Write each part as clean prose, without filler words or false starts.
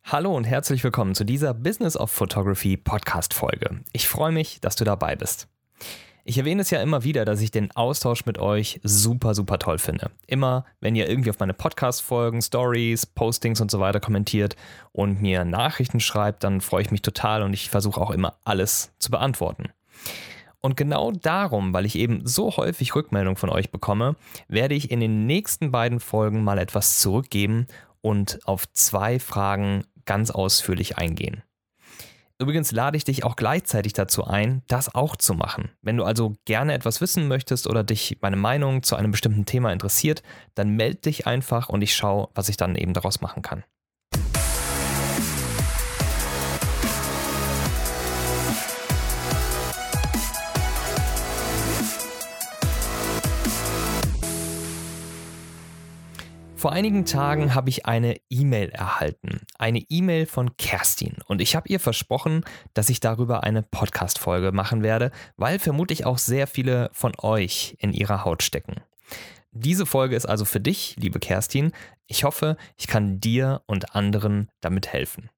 Hallo und herzlich willkommen zu dieser Business of Photography Podcast-Folge. Ich freue mich, dass du dabei bist. Ich erwähne es ja immer wieder, dass ich den Austausch mit euch super toll finde. Immer, wenn ihr irgendwie auf meine Podcast-Folgen, Stories, Postings und so weiter kommentiert und mir Nachrichten schreibt, dann freue ich mich total und ich versuche auch immer alles zu beantworten. Und genau darum, weil ich eben so häufig Rückmeldung von euch bekomme, werde ich in den nächsten beiden Folgen mal etwas zurückgeben und auf 2 Fragen ganz ausführlich eingehen. Übrigens lade ich dich auch gleichzeitig dazu ein, das auch zu machen. Wenn du also gerne etwas wissen möchtest oder dich meine Meinung zu einem bestimmten Thema interessiert, dann melde dich einfach und ich schaue, was ich dann eben daraus machen kann. Vor einigen Tagen habe ich eine E-Mail erhalten. Eine E-Mail von Kerstin. Und ich habe ihr versprochen, dass ich darüber eine Podcast-Folge machen werde, weil vermutlich auch sehr viele von euch in ihrer Haut stecken. Diese Folge ist also für dich, liebe Kerstin. Ich hoffe, ich kann dir und anderen damit helfen.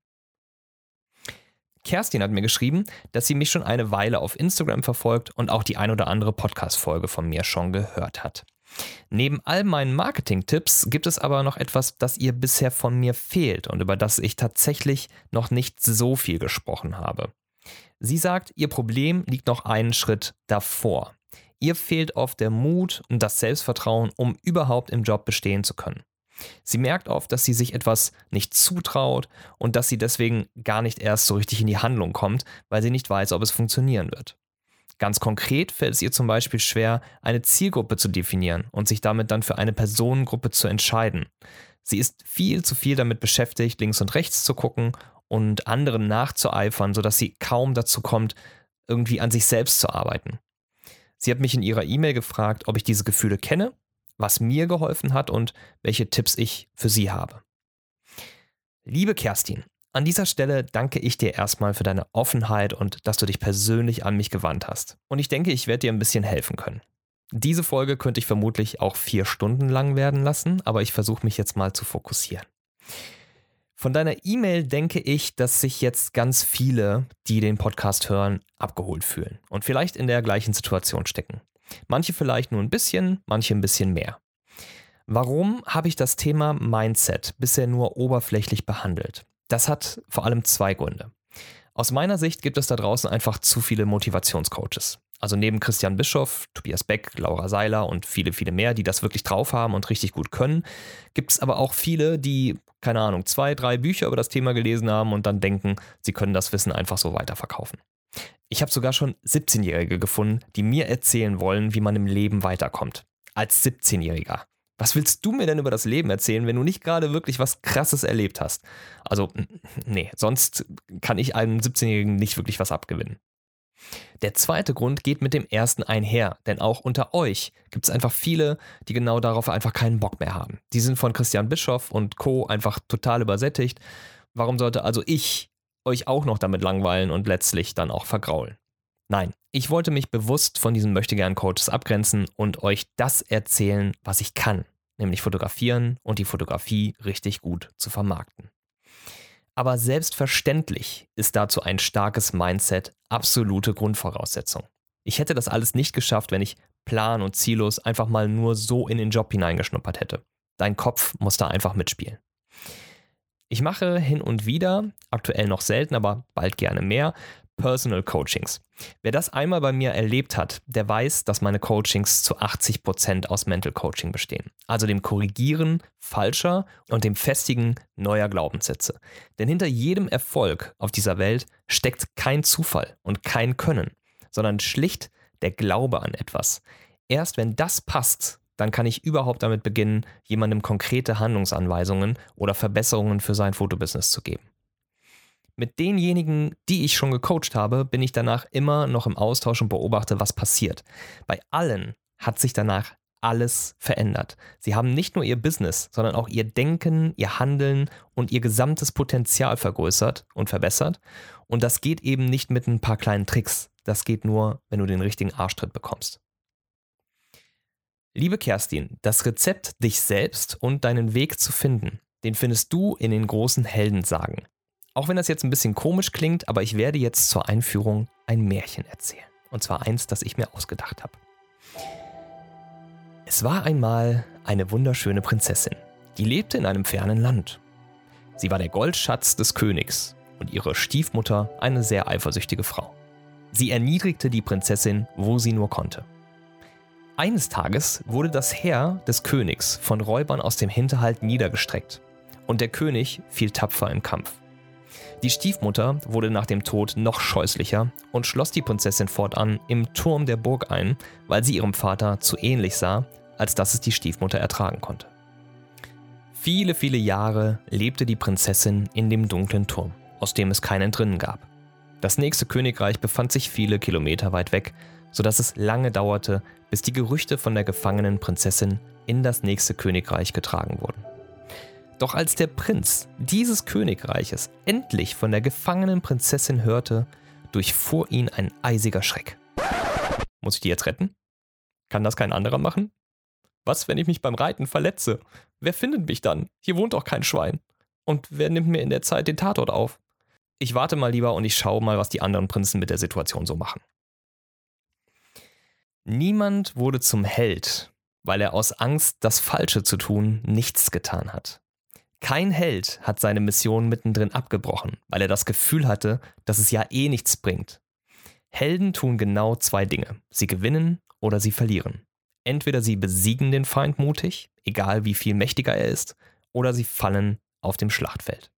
Kerstin hat mir geschrieben, dass sie mich schon eine Weile auf Instagram verfolgt und auch die ein oder andere Podcast-Folge von mir schon gehört hat. Neben all meinen Marketing-Tipps gibt es aber noch etwas, das ihr bisher von mir fehlt und über das ich tatsächlich noch nicht so viel gesprochen habe. Sie sagt, ihr Problem liegt noch einen Schritt davor. Ihr fehlt oft der Mut und das Selbstvertrauen, um überhaupt im Job bestehen zu können. Sie merkt oft, dass sie sich etwas nicht zutraut und dass sie deswegen gar nicht erst so richtig in die Handlung kommt, weil sie nicht weiß, ob es funktionieren wird. Ganz konkret fällt es ihr zum Beispiel schwer, eine Zielgruppe zu definieren und sich damit dann für eine Personengruppe zu entscheiden. Sie ist viel zu viel damit beschäftigt, links und rechts zu gucken und anderen nachzueifern, sodass sie kaum dazu kommt, irgendwie an sich selbst zu arbeiten. Sie hat mich in ihrer E-Mail gefragt, ob ich diese Gefühle kenne, was mir geholfen hat und welche Tipps ich für sie habe. Liebe Kerstin, an dieser Stelle danke ich dir erstmal für deine Offenheit und dass du dich persönlich an mich gewandt hast. Und ich denke, ich werde dir ein bisschen helfen können. Diese Folge könnte ich vermutlich auch 4 Stunden lang werden lassen, aber ich versuche mich jetzt mal zu fokussieren. Von deiner E-Mail denke ich, dass sich jetzt ganz viele, die den Podcast hören, abgeholt fühlen und vielleicht in der gleichen Situation stecken. Manche vielleicht nur ein bisschen, manche ein bisschen mehr. Warum habe ich das Thema Mindset bisher nur oberflächlich behandelt? Das hat vor allem 2 Gründe. Aus meiner Sicht gibt es da draußen einfach zu viele Motivationscoaches. Also neben Christian Bischoff, Tobias Beck, Laura Seiler und viele mehr, die das wirklich drauf haben und richtig gut können, gibt es aber auch viele, die, 2, 3 Bücher über das Thema gelesen haben und dann denken, sie können das Wissen einfach so weiterverkaufen. Ich habe sogar schon 17-Jährige gefunden, die mir erzählen wollen, wie man im Leben weiterkommt. Als 17-Jähriger. Was willst du mir denn über das Leben erzählen, wenn du nicht gerade wirklich was Krasses erlebt hast? Also, nee, sonst kann ich einem 17-Jährigen nicht wirklich was abgewinnen. Der zweite Grund geht mit dem ersten einher, denn auch unter euch gibt es einfach viele, die genau darauf einfach keinen Bock mehr haben. Die sind von Christian Bischoff und Co. einfach total übersättigt. Warum sollte also ich euch auch noch damit langweilen und letztlich dann auch vergraulen? Nein, ich wollte mich bewusst von diesen Möchtegern-Coaches abgrenzen und euch das erzählen, was ich kann, nämlich fotografieren und die Fotografie richtig gut zu vermarkten. Aber selbstverständlich ist dazu ein starkes Mindset absolute Grundvoraussetzung. Ich hätte das alles nicht geschafft, wenn ich plan- und ziellos einfach mal nur so in den Job hineingeschnuppert hätte. Dein Kopf muss da einfach mitspielen. Ich mache hin und wieder, aktuell noch selten, aber bald gerne mehr, Personal Coachings. Wer das einmal bei mir erlebt hat, der weiß, dass meine Coachings zu 80% aus Mental Coaching bestehen. Also dem Korrigieren falscher und dem Festigen neuer Glaubenssätze. Denn hinter jedem Erfolg auf dieser Welt steckt kein Zufall und kein Können, sondern schlicht der Glaube an etwas. Erst wenn das passt, dann kann ich überhaupt damit beginnen, jemandem konkrete Handlungsanweisungen oder Verbesserungen für sein Fotobusiness zu geben. Mit denjenigen, die ich schon gecoacht habe, bin ich danach immer noch im Austausch und beobachte, was passiert. Bei allen hat sich danach alles verändert. Sie haben nicht nur ihr Business, sondern auch ihr Denken, ihr Handeln und ihr gesamtes Potenzial vergrößert und verbessert. Und das geht eben nicht mit ein paar kleinen Tricks. Das geht nur, wenn du den richtigen Arschtritt bekommst. Liebe Kerstin, das Rezept, dich selbst und deinen Weg zu finden, den findest du in den großen Heldensagen. Auch wenn das jetzt ein bisschen komisch klingt, aber ich werde jetzt zur Einführung ein Märchen erzählen. Und zwar eins, das ich mir ausgedacht habe. Es war einmal eine wunderschöne Prinzessin, die lebte in einem fernen Land. Sie war der Goldschatz des Königs und ihre Stiefmutter eine sehr eifersüchtige Frau. Sie erniedrigte die Prinzessin, wo sie nur konnte. Eines Tages wurde das Heer des Königs von Räubern aus dem Hinterhalt niedergestreckt und der König fiel tapfer im Kampf. Die Stiefmutter wurde nach dem Tod noch scheußlicher und schloss die Prinzessin fortan im Turm der Burg ein, weil sie ihrem Vater zu ähnlich sah, als dass es die Stiefmutter ertragen konnte. Viele, viele Jahre lebte die Prinzessin in dem dunklen Turm, aus dem es kein Entrinnen gab. Das nächste Königreich befand sich viele Kilometer weit weg, sodass es lange dauerte, bis die Gerüchte von der gefangenen Prinzessin in das nächste Königreich getragen wurden. Doch als der Prinz dieses Königreiches endlich von der gefangenen Prinzessin hörte, durchfuhr ihn ein eisiger Schreck. Muss ich die jetzt retten? Kann das kein anderer machen? Was, wenn ich mich beim Reiten verletze? Wer findet mich dann? Hier wohnt doch kein Schwein. Und wer nimmt mir in der Zeit den Tatort auf? Ich warte mal lieber und ich schaue mal, was die anderen Prinzen mit der Situation so machen. Niemand wurde zum Held, weil er aus Angst, das Falsche zu tun, nichts getan hat. Kein Held hat seine Mission mittendrin abgebrochen, weil er das Gefühl hatte, dass es ja eh nichts bringt. Helden tun genau zwei Dinge. Sie gewinnen oder sie verlieren. Entweder sie besiegen den Feind mutig, egal wie viel mächtiger er ist, oder sie fallen auf dem Schlachtfeld.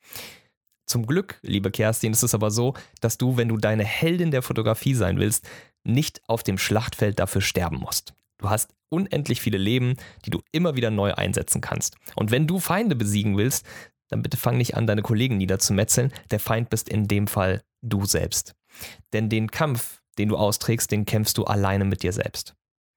Zum Glück, liebe Kerstin, ist es aber so, dass du, wenn du deine Heldin der Fotografie sein willst, nicht auf dem Schlachtfeld dafür sterben musst. Du hast unendlich viele Leben, die du immer wieder neu einsetzen kannst. Und wenn du Feinde besiegen willst, dann bitte fang nicht an, deine Kollegen niederzumetzeln. Der Feind bist in dem Fall du selbst. Denn den Kampf, den du austrägst, den kämpfst du alleine mit dir selbst.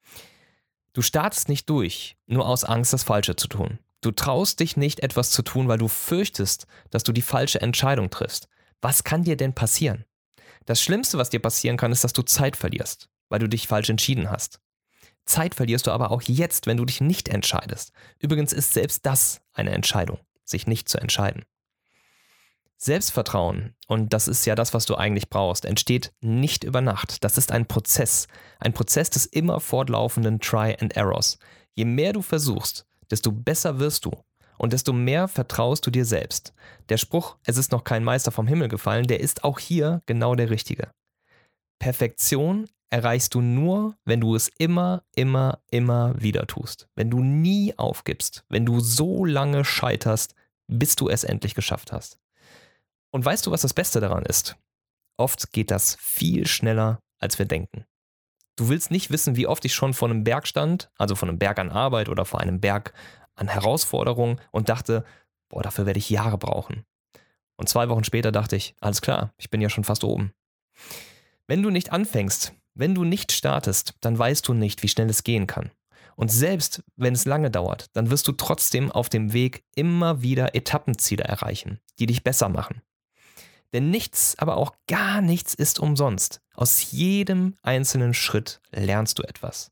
Du startest nicht durch, nur aus Angst, das Falsche zu tun. Du traust dich nicht, etwas zu tun, weil du fürchtest, dass du die falsche Entscheidung triffst. Was kann dir denn passieren? Das Schlimmste, was dir passieren kann, ist, dass du Zeit verlierst, weil du dich falsch entschieden hast. Zeit verlierst du aber auch jetzt, wenn du dich nicht entscheidest. Übrigens ist selbst das eine Entscheidung, sich nicht zu entscheiden. Selbstvertrauen, und das ist ja das, was du eigentlich brauchst, entsteht nicht über Nacht. Das ist ein Prozess des immer fortlaufenden Try and Errors. Je mehr du versuchst, desto besser wirst du und desto mehr vertraust du dir selbst. Der Spruch, es ist noch kein Meister vom Himmel gefallen, der ist auch hier genau der richtige. Perfektion erreichst du nur, wenn du es immer wieder tust. Wenn du nie aufgibst, wenn du so lange scheiterst, bis du es endlich geschafft hast. Und weißt du, was das Beste daran ist? Oft geht das viel schneller, als wir denken. Du willst nicht wissen, wie oft ich schon vor einem Berg stand, also vor einem Berg an Arbeit oder vor einem Berg an Herausforderungen und dachte, boah, dafür werde ich Jahre brauchen. Und 2 Wochen später dachte ich, alles klar, ich bin ja schon fast oben. Wenn du nicht anfängst, wenn du nicht startest, dann weißt du nicht, wie schnell es gehen kann. Und selbst wenn es lange dauert, dann wirst du trotzdem auf dem Weg immer wieder Etappenziele erreichen, die dich besser machen. Denn nichts, aber auch gar nichts ist umsonst. Aus jedem einzelnen Schritt lernst du etwas.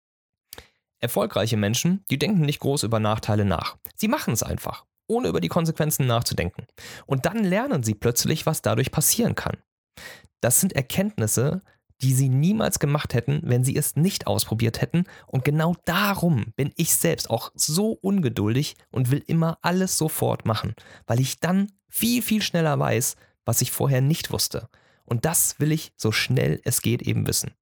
Erfolgreiche Menschen, die denken nicht groß über Nachteile nach. Sie machen es einfach, ohne über die Konsequenzen nachzudenken. Und dann lernen sie plötzlich, was dadurch passieren kann. Das sind Erkenntnisse, die sie niemals gemacht hätten, wenn sie es nicht ausprobiert hätten. Und genau darum bin ich selbst auch so ungeduldig und will immer alles sofort machen, weil ich dann viel, viel schneller weiß, was ich vorher nicht wusste. Und das will ich so schnell es geht eben wissen.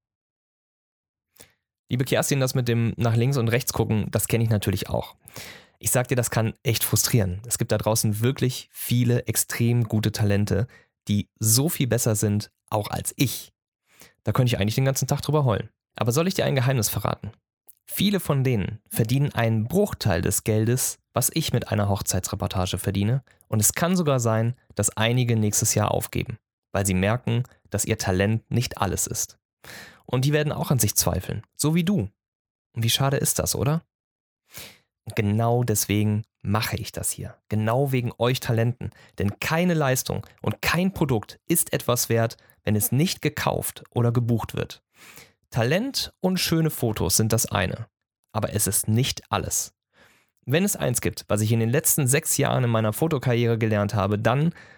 Liebe Kerstin, das mit dem nach links und rechts gucken, das kenne ich natürlich auch. Ich sag dir, das kann echt frustrieren. Es gibt da draußen wirklich viele extrem gute Talente, die so viel besser sind, auch als ich. Da könnte ich eigentlich den ganzen Tag drüber heulen. Aber soll ich dir ein Geheimnis verraten? Viele von denen verdienen einen Bruchteil des Geldes, was ich mit einer Hochzeitsreportage verdiene. Und es kann sogar sein, dass einige nächstes Jahr aufgeben, weil sie merken, dass ihr Talent nicht alles ist. Und die werden auch an sich zweifeln, so wie du. Und wie schade ist das, oder? Und genau deswegen mache ich das hier. Genau wegen euch Talenten. Denn keine Leistung und kein Produkt ist etwas wert, wenn es nicht gekauft oder gebucht wird. Talent und schöne Fotos sind das eine, aber es ist nicht alles. Wenn es eins gibt, was ich in den letzten 6 Jahren in meiner Fotokarriere gelernt habe, dann,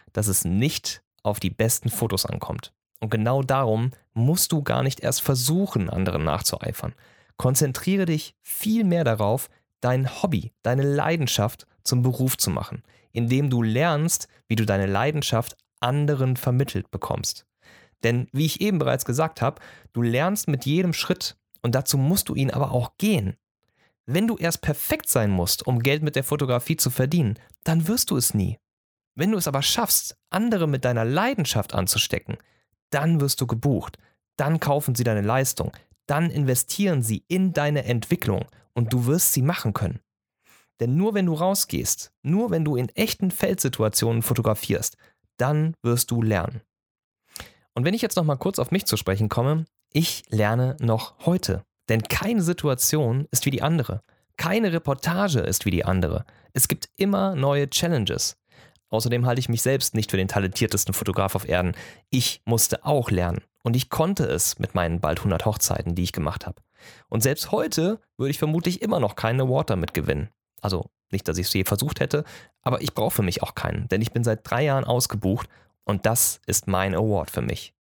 dass es nicht auf die besten Fotos ankommt. Und genau darum musst du gar nicht erst versuchen, anderen nachzueifern. Konzentriere dich viel mehr darauf, dein Hobby, deine Leidenschaft zum Beruf zu machen, indem du lernst, wie du deine Leidenschaft anderen vermittelt bekommst. Denn wie ich eben bereits gesagt habe, du lernst mit jedem Schritt und dazu musst du ihn aber auch gehen. Wenn du erst perfekt sein musst, um Geld mit der Fotografie zu verdienen, dann wirst du es nie. Wenn du es aber schaffst, andere mit deiner Leidenschaft anzustecken, dann wirst du gebucht, dann kaufen sie deine Leistung, dann investieren sie in deine Entwicklung und du wirst sie machen können. Denn nur wenn du rausgehst, nur wenn du in echten Feldsituationen fotografierst, dann wirst du lernen. Und wenn ich jetzt nochmal kurz auf mich zu sprechen komme, ich lerne noch heute. Denn keine Situation ist wie die andere. Keine Reportage ist wie die andere. Es gibt immer neue Challenges. Außerdem halte ich mich selbst nicht für den talentiertesten Fotograf auf Erden. Ich musste auch lernen. Und ich konnte es mit meinen bald 100 Hochzeiten, die ich gemacht habe. Und selbst heute würde ich vermutlich immer noch keinen Award damit gewinnen. Also nicht, dass ich es je versucht hätte, aber ich brauche für mich auch keinen. Denn ich bin seit 3 Jahren ausgebucht und das ist mein Award für mich.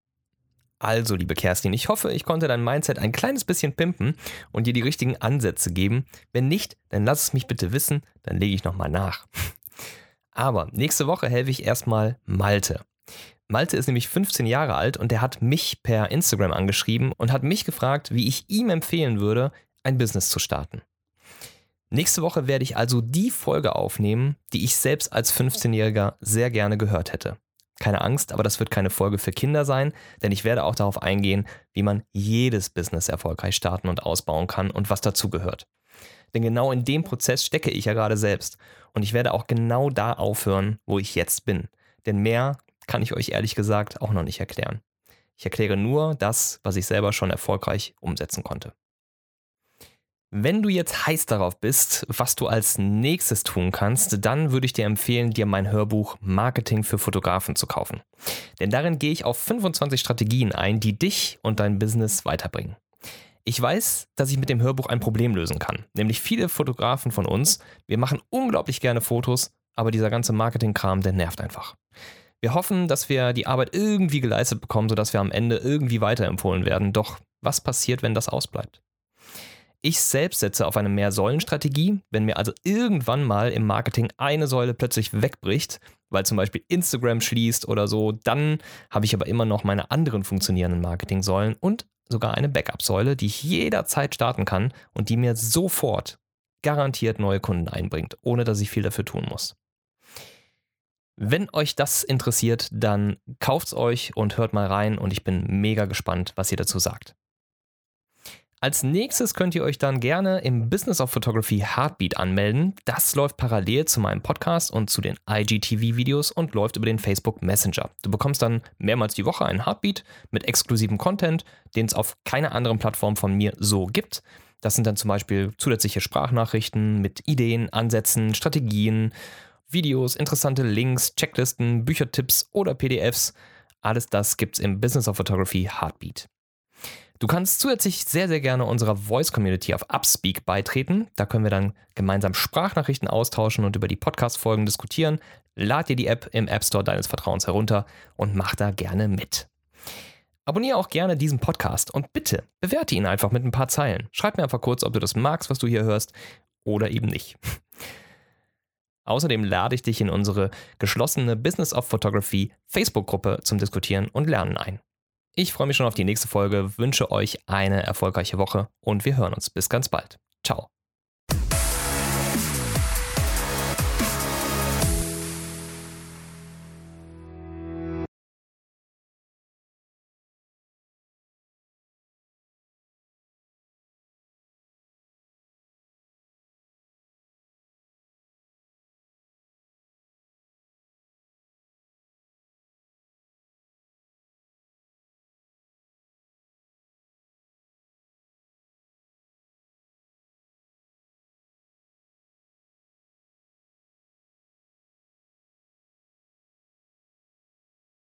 Also, liebe Kerstin, ich hoffe, ich konnte dein Mindset ein kleines bisschen pimpen und dir die richtigen Ansätze geben. Wenn nicht, dann lass es mich bitte wissen, dann lege ich nochmal nach. Aber nächste Woche helfe ich erstmal Malte. Malte ist nämlich 15 Jahre alt und der hat mich per Instagram angeschrieben und hat mich gefragt, wie ich ihm empfehlen würde, ein Business zu starten. Nächste Woche werde ich also die Folge aufnehmen, die ich selbst als 15-Jähriger sehr gerne gehört hätte. Keine Angst, aber das wird keine Folge für Kinder sein, denn ich werde auch darauf eingehen, wie man jedes Business erfolgreich starten und ausbauen kann und was dazugehört. Denn genau in dem Prozess stecke ich ja gerade selbst und ich werde auch genau da aufhören, wo ich jetzt bin. Denn mehr kann ich euch ehrlich gesagt auch noch nicht erklären. Ich erkläre nur das, was ich selber schon erfolgreich umsetzen konnte. Wenn du jetzt heiß darauf bist, was du als nächstes tun kannst, dann würde ich dir empfehlen, dir mein Hörbuch Marketing für Fotografen zu kaufen. Denn darin gehe ich auf 25 Strategien ein, die dich und dein Business weiterbringen. Ich weiß, dass ich mit dem Hörbuch ein Problem lösen kann. Nämlich viele Fotografen von uns, wir machen unglaublich gerne Fotos, aber dieser ganze Marketingkram, der nervt einfach. Wir hoffen, dass wir die Arbeit irgendwie geleistet bekommen, sodass wir am Ende irgendwie weiterempfohlen werden. Doch was passiert, wenn das ausbleibt? Ich selbst setze auf eine Mehr-Säulen-Strategie. Wenn mir also irgendwann mal im Marketing eine Säule plötzlich wegbricht, weil zum Beispiel Instagram schließt oder so, dann habe ich aber immer noch meine anderen funktionierenden Marketing-Säulen und sogar eine Backup-Säule, die ich jederzeit starten kann und die mir sofort garantiert neue Kunden einbringt, ohne dass ich viel dafür tun muss. Wenn euch das interessiert, dann kauft's euch und hört mal rein und ich bin mega gespannt, was ihr dazu sagt. Als nächstes könnt ihr euch dann gerne im Business of Photography Heartbeat anmelden. Das läuft parallel zu meinem Podcast und zu den IGTV-Videos und läuft über den Facebook Messenger. Du bekommst dann mehrmals die Woche einen Heartbeat mit exklusivem Content, den es auf keiner anderen Plattform von mir so gibt. Das sind dann zum Beispiel zusätzliche Sprachnachrichten mit Ideen, Ansätzen, Strategien, Videos, interessante Links, Checklisten, Büchertipps oder PDFs. Alles das gibt's im Business of Photography Heartbeat. Du kannst zusätzlich sehr, sehr gerne unserer Voice-Community auf Upspeak beitreten. Da können wir dann gemeinsam Sprachnachrichten austauschen und über die Podcast-Folgen diskutieren. Lad dir die App im App Store deines Vertrauens herunter und mach da gerne mit. Abonniere auch gerne diesen Podcast und bitte bewerte ihn einfach mit ein paar Zeilen. Schreib mir einfach kurz, ob du das magst, was du hier hörst oder eben nicht. Außerdem lade ich dich in unsere geschlossene Business of Photography Facebook-Gruppe zum Diskutieren und Lernen ein. Ich freue mich schon auf die nächste Folge, wünsche euch eine erfolgreiche Woche und wir hören uns. Bis ganz bald. Ciao.